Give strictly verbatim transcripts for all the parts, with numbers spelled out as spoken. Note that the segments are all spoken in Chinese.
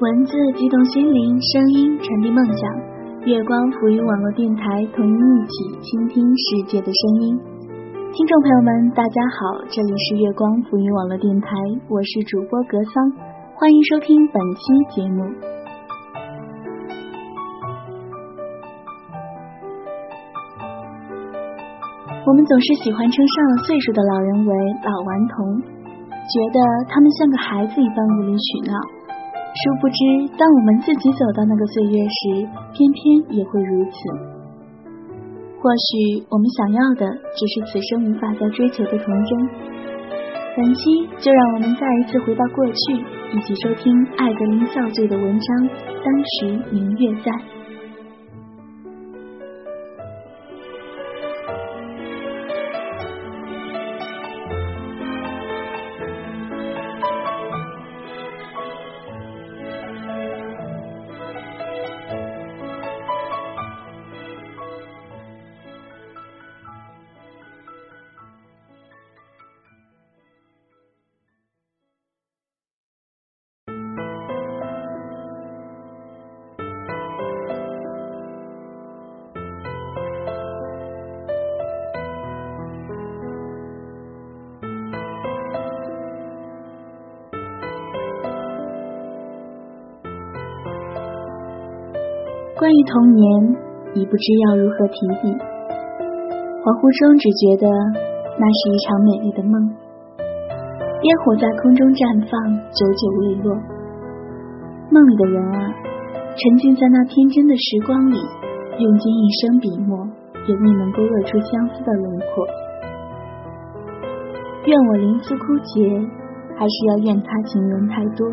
文字激动心灵，声音传递梦想。月光浮于网络电台，同您一起倾听世界的声音。听众朋友们，大家好，这里是月光浮于网络电台，我是主播格桑，欢迎收听本期节目。我们总是喜欢称上了岁数的老人为老顽童，觉得他们像个孩子一般无理取闹。殊不知，当我们自己走到那个岁月时，偏偏也会如此。或许我们想要的只是此生无法再追求的童真。本期就让我们再一次回到过去，一起收听艾格林笑醉的文章《当时明月在》。关于童年，已不知要如何提笔。恍惚中只觉得那是一场美丽的梦，烟火在空中绽放，久久未落。梦里的人啊，沉浸在那天真的时光里，用尽一生笔墨，也未能勾勒出相思的轮廓。愿我灵思枯竭，还是要怨他情人太多。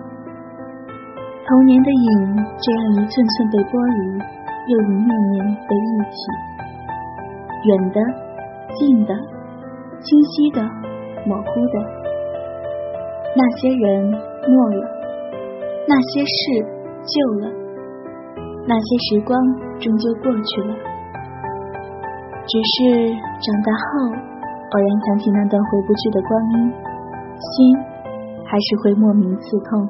童年的影这样一寸寸被剥离，又一面面被忆起，远的、近的、清晰的、模糊的。那些人没了，那些事旧了，那些时光终究过去了。只是长大后，偶然想起那段回不去的光阴，心还是会莫名刺痛。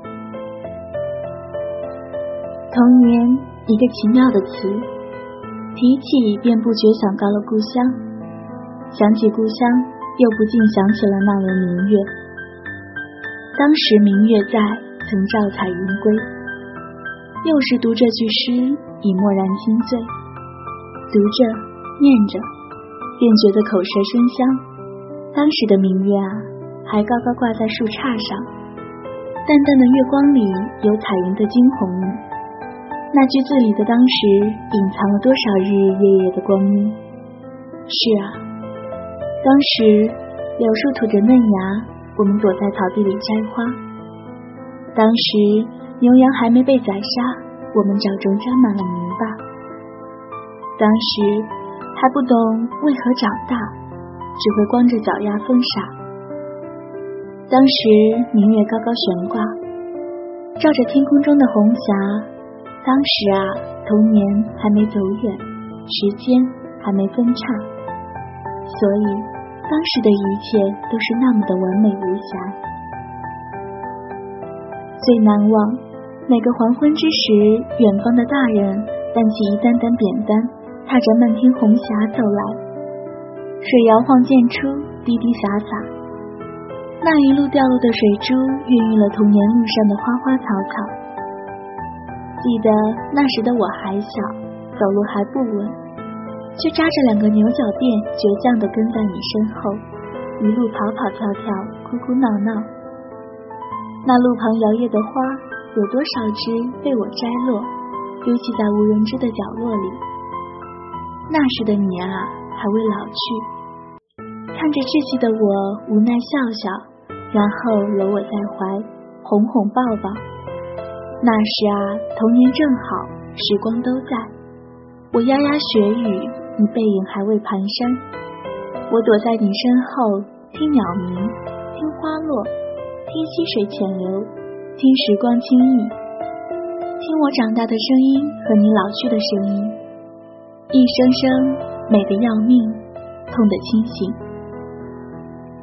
童年，一个奇妙的词，提起便不觉想到了故乡，想起故乡，又不禁想起了那轮明月。当时明月在，曾照彩云归。又是读这句诗，已蓦然心醉，读着念着，便觉得口舌生香。当时的明月啊，还高高挂在树杈上，淡淡的月光里有彩云的惊鸿影。那句字里的当时，隐藏了多少日日夜夜的光阴。是啊，当时柳树吐着嫩芽，我们躲在草地里摘花。当时牛羊还没被宰杀，我们脚中沾满了泥巴。当时还不懂为何长大，只会光着脚丫疯傻。当时明月高高悬挂，照着天空中的红霞。当时啊，童年还没走远，时间还没分叉，所以当时的一切都是那么的完美无瑕。最难忘，每个黄昏之时，远方的大人担起一担担扁担，踏着漫天红霞走来，水摇晃溅出滴滴洒洒，那一路掉落的水珠孕育了童年路上的花花草草。记得那时的我还小，走路还不稳，却扎着两个牛角辫，倔强地跟在你身后，一路跑跑跳跳，哭哭闹闹。那路旁摇曳的花，有多少枝被我摘落，丢弃在无人知的角落里。那时的你啊，还未老去，看着稚气的我，无奈笑笑，然后搂我在怀，哄哄抱抱。那时啊，童年正好，时光都在。我牙牙学语，你背影还未蹒跚。我躲在你身后，听鸟鸣，听花落，听溪水浅流，听时光轻易，听我长大的声音和你老去的声音，一声声美得要命，痛得清醒。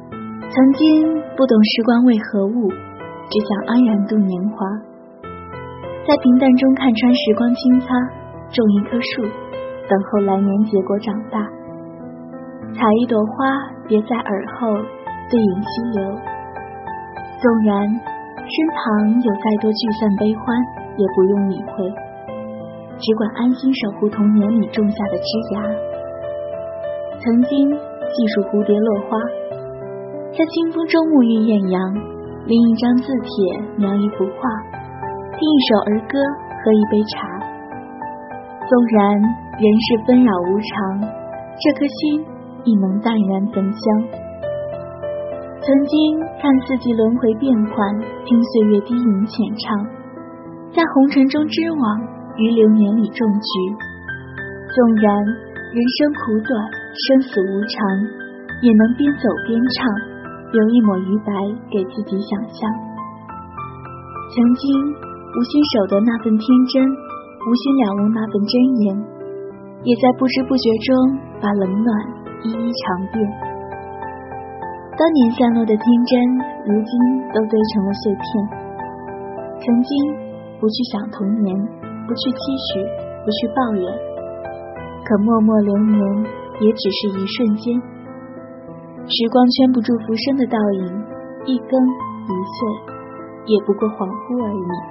曾经不懂时光为何物，只想安然度年华。 在平淡中看穿时光清擦，种一棵树，等候来年结果长大。采一朵花，别在耳后，对影溪流。纵然身旁有再多聚散悲欢，也不用理会，只管安心守护童年里种下的枝芽。曾经细数蝴蝶落花，在清风中沐浴艳阳，拎一张字帖，描一幅画，听一首儿歌，喝一杯茶。纵然人世纷扰无常，这颗心亦能淡然焚香。曾经看四季轮回变幻，听岁月低吟浅唱，在红尘中织网，于流年里种菊。纵然人生苦短，生死无常，也能边走边唱，留一抹余白给自己想象。曾经无心守得那份天真，无心了悟那份真言，也在不知不觉中把冷暖一一尝遍。当年散落的天真，如今都堆成了碎片。曾经不去想童年，不去期许，不去抱怨，可默默流年也只是一瞬间。时光圈不住浮生的倒影，一更一岁，也不过恍惚而已。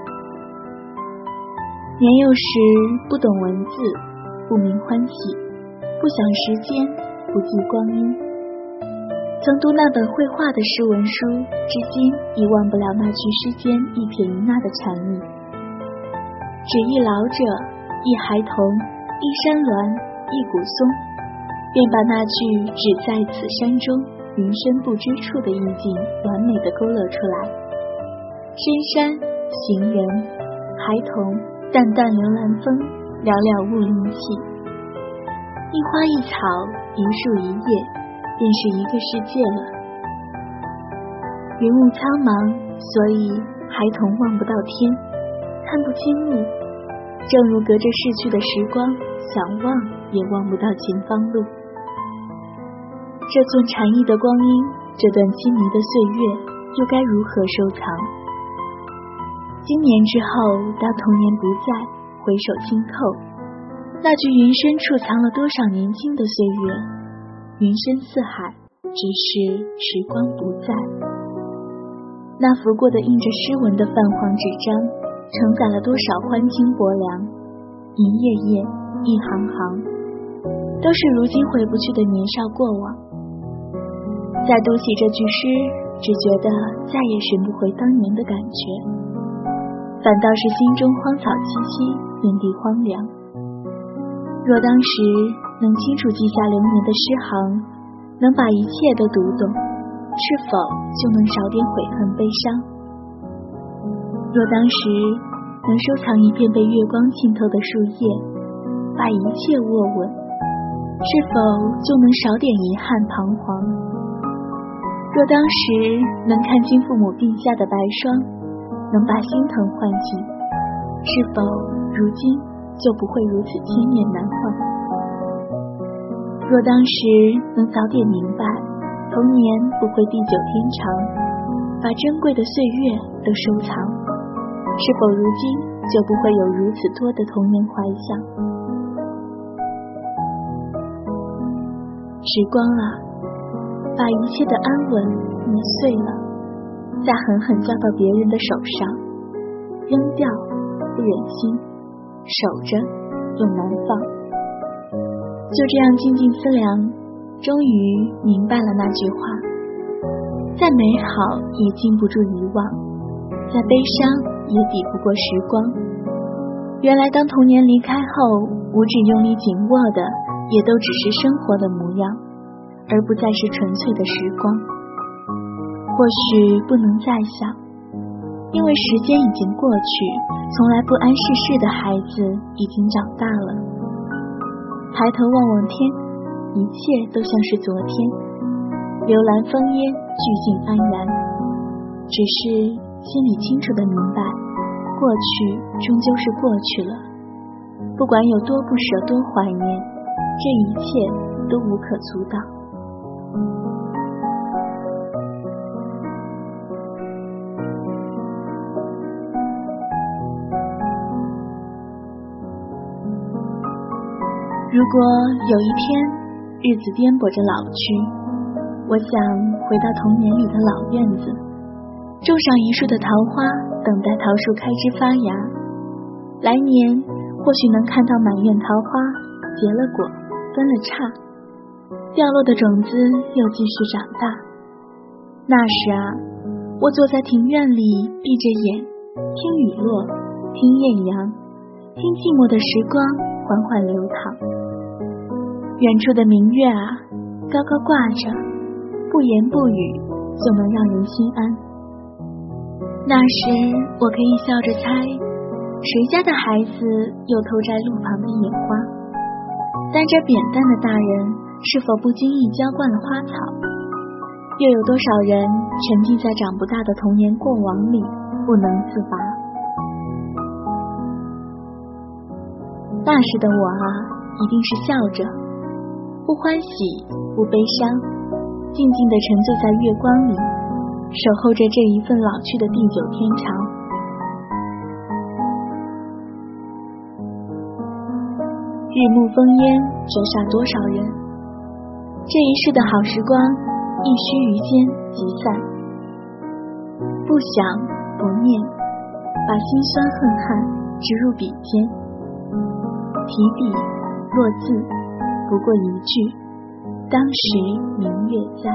年幼时不懂文字，不明欢喜，不想时间，不计光阴。曾读那本绘画的诗文书，至今已忘不了那句诗间一撇一捺的禅意。只一老者，一孩童，一山峦，一古松，便把那句只在此山中，云深不知处的意境完美地勾勒出来。深山，行人，孩童，淡淡流岚风，寥寥雾灵气。一花一草，一树一叶，便是一个世界了。云雾苍茫，所以孩童望不到天，看不清路，正如隔着逝去的时光，想望也望不到前方路。这寸禅意的光阴，这段凄迷的岁月，又该如何收藏？今年之后，当童年不在，回首轻叩，那句云深处藏了多少年轻的岁月？云深似海，只是时光不在。那拂过的印着诗文的泛黄纸张，承载了多少欢清薄凉？一页页，一行行，都是如今回不去的年少过往。再读起这句诗，只觉得再也寻不回当年的感觉，反倒是心中荒草萋萋，遍地荒凉。若当时能清楚记下流年的诗行，能把一切都读懂，是否就能少点悔恨悲伤？若当时能收藏一片被月光浸透的树叶，把一切握稳，是否就能少点遗憾彷徨？若当时能看清父母鬓下的白霜，能把心疼唤醒，是否如今就不会如此千年难忘？若当时能早点明白童年不会地久天长，把珍贵的岁月都收藏，是否如今就不会有如此多的童年怀想？时光啊，把一切的安稳捏碎了，再狠狠交到别人的手上，扔掉不忍心，守着又难放。就这样静静思量，终于明白了那句话：再美好也禁不住遗忘，再悲伤也抵不过时光。原来当童年离开后，五指用力紧握的也都只是生活的模样，而不再是纯粹的时光。或许不能再想，因为时间已经过去，从来不谙世事的孩子已经长大了。抬头望望天，一切都像是昨天，流岚风烟，俱静安然。只是心里清楚地明白，过去终究是过去了，不管有多不舍多怀念，这一切都无可阻挡。 如果有一天日子颠簸着老去，我想回到童年里的老院子，种上一树的桃花，等待桃树开枝发芽。来年或许能看到满院桃花结了果，分了叉，掉落的种子又继续长大。那时啊，我坐在庭院里，闭着眼，听雨落，听艳阳，听寂寞的时光缓缓流淌。远处的明月啊，高高挂着，不言不语就能让人心安。那时我可以笑着猜，谁家的孩子又偷摘路旁的野花，担着扁担的大人是否不经意浇灌了花草，又有多少人沉浸在长不大的童年过往里不能自拔。那时的我啊，一定是笑着，不欢喜不悲伤，静静地沉醉在月光里，守候着这一份老去的地久天长。日暮风烟折煞多少人，这一世的好时光一须臾间即散。不想不念，把辛酸恨憾植入笔尖，提笔落字不过一句，当时明月在。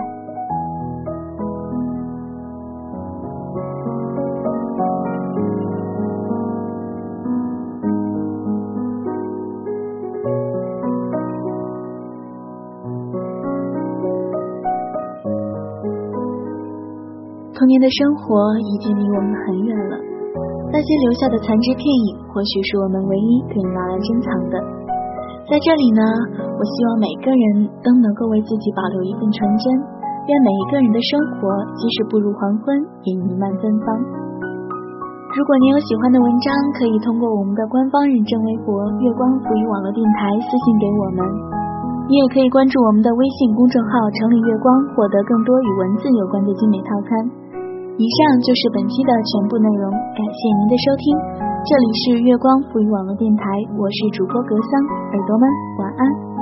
童年的生活已经离我们很远了，那些留下的残枝片影，或许是我们唯一可以拿来珍藏的。在这里呢，我希望每个人都能够为自己保留一份纯真，愿每一个人的生活即使步入黄昏也弥漫芬芳。如果您有喜欢的文章，可以通过我们的官方认证微博月光浮语网络电台私信给我们，你也可以关注我们的微信公众号城里月光，获得更多与文字有关的精美套餐。以上就是本期的全部内容，感谢您的收听，这里是月光浮语网络电台，我是主播格桑，耳朵们晚安。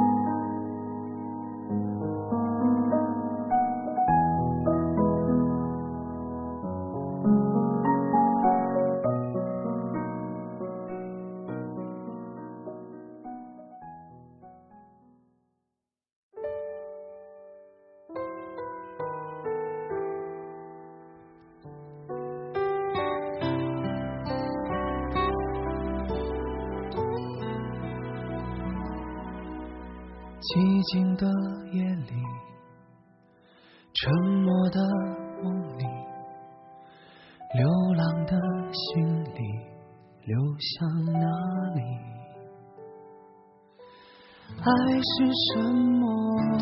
寂静的夜里，沉默的梦里，流浪的心里，流向哪里？爱是什么？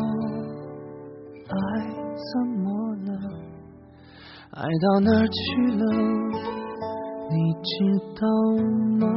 爱怎么了？爱到哪儿去了？你知道吗？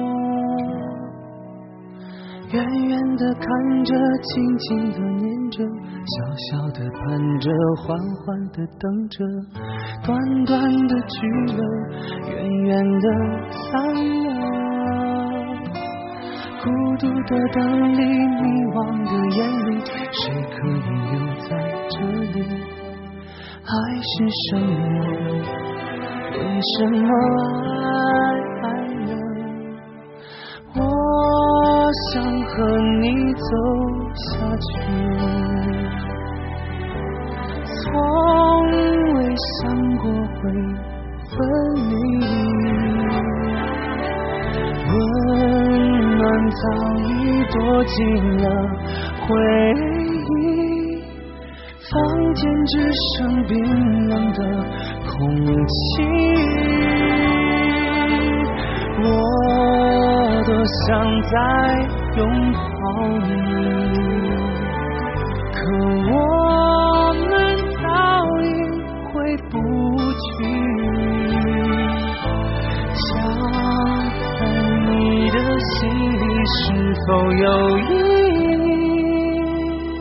远远地看着，静静地念着，小小的盼着，缓缓地等着，短短的聚了，远远的散了。孤独的灯里，迷惘的眼里，谁可以留在这里？爱是什么？为什么爱爱了？我想和你走下去，从未想过会分离，温暖早已躲进了回忆，房间只剩冰冷的空气。我多想再拥抱你，可我们早已回不去。想在你的心里是否有意义？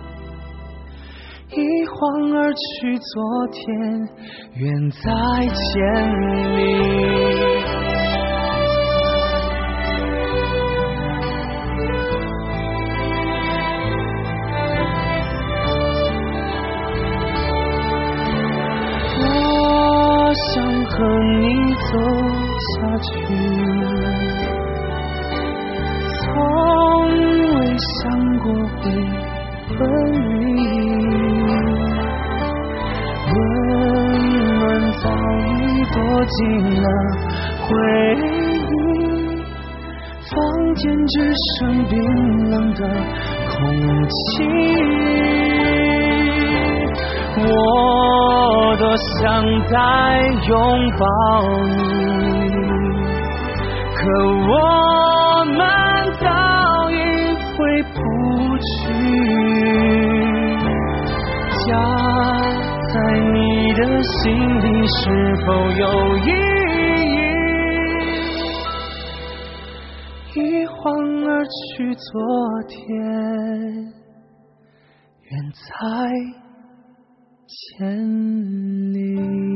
一晃而去，昨天远在千里。 进了回忆，房间只剩冰冷的空气。我多想再拥抱你，可我们早已回不去。家在你的心里是否有意义？一晃而去昨天，远在千里。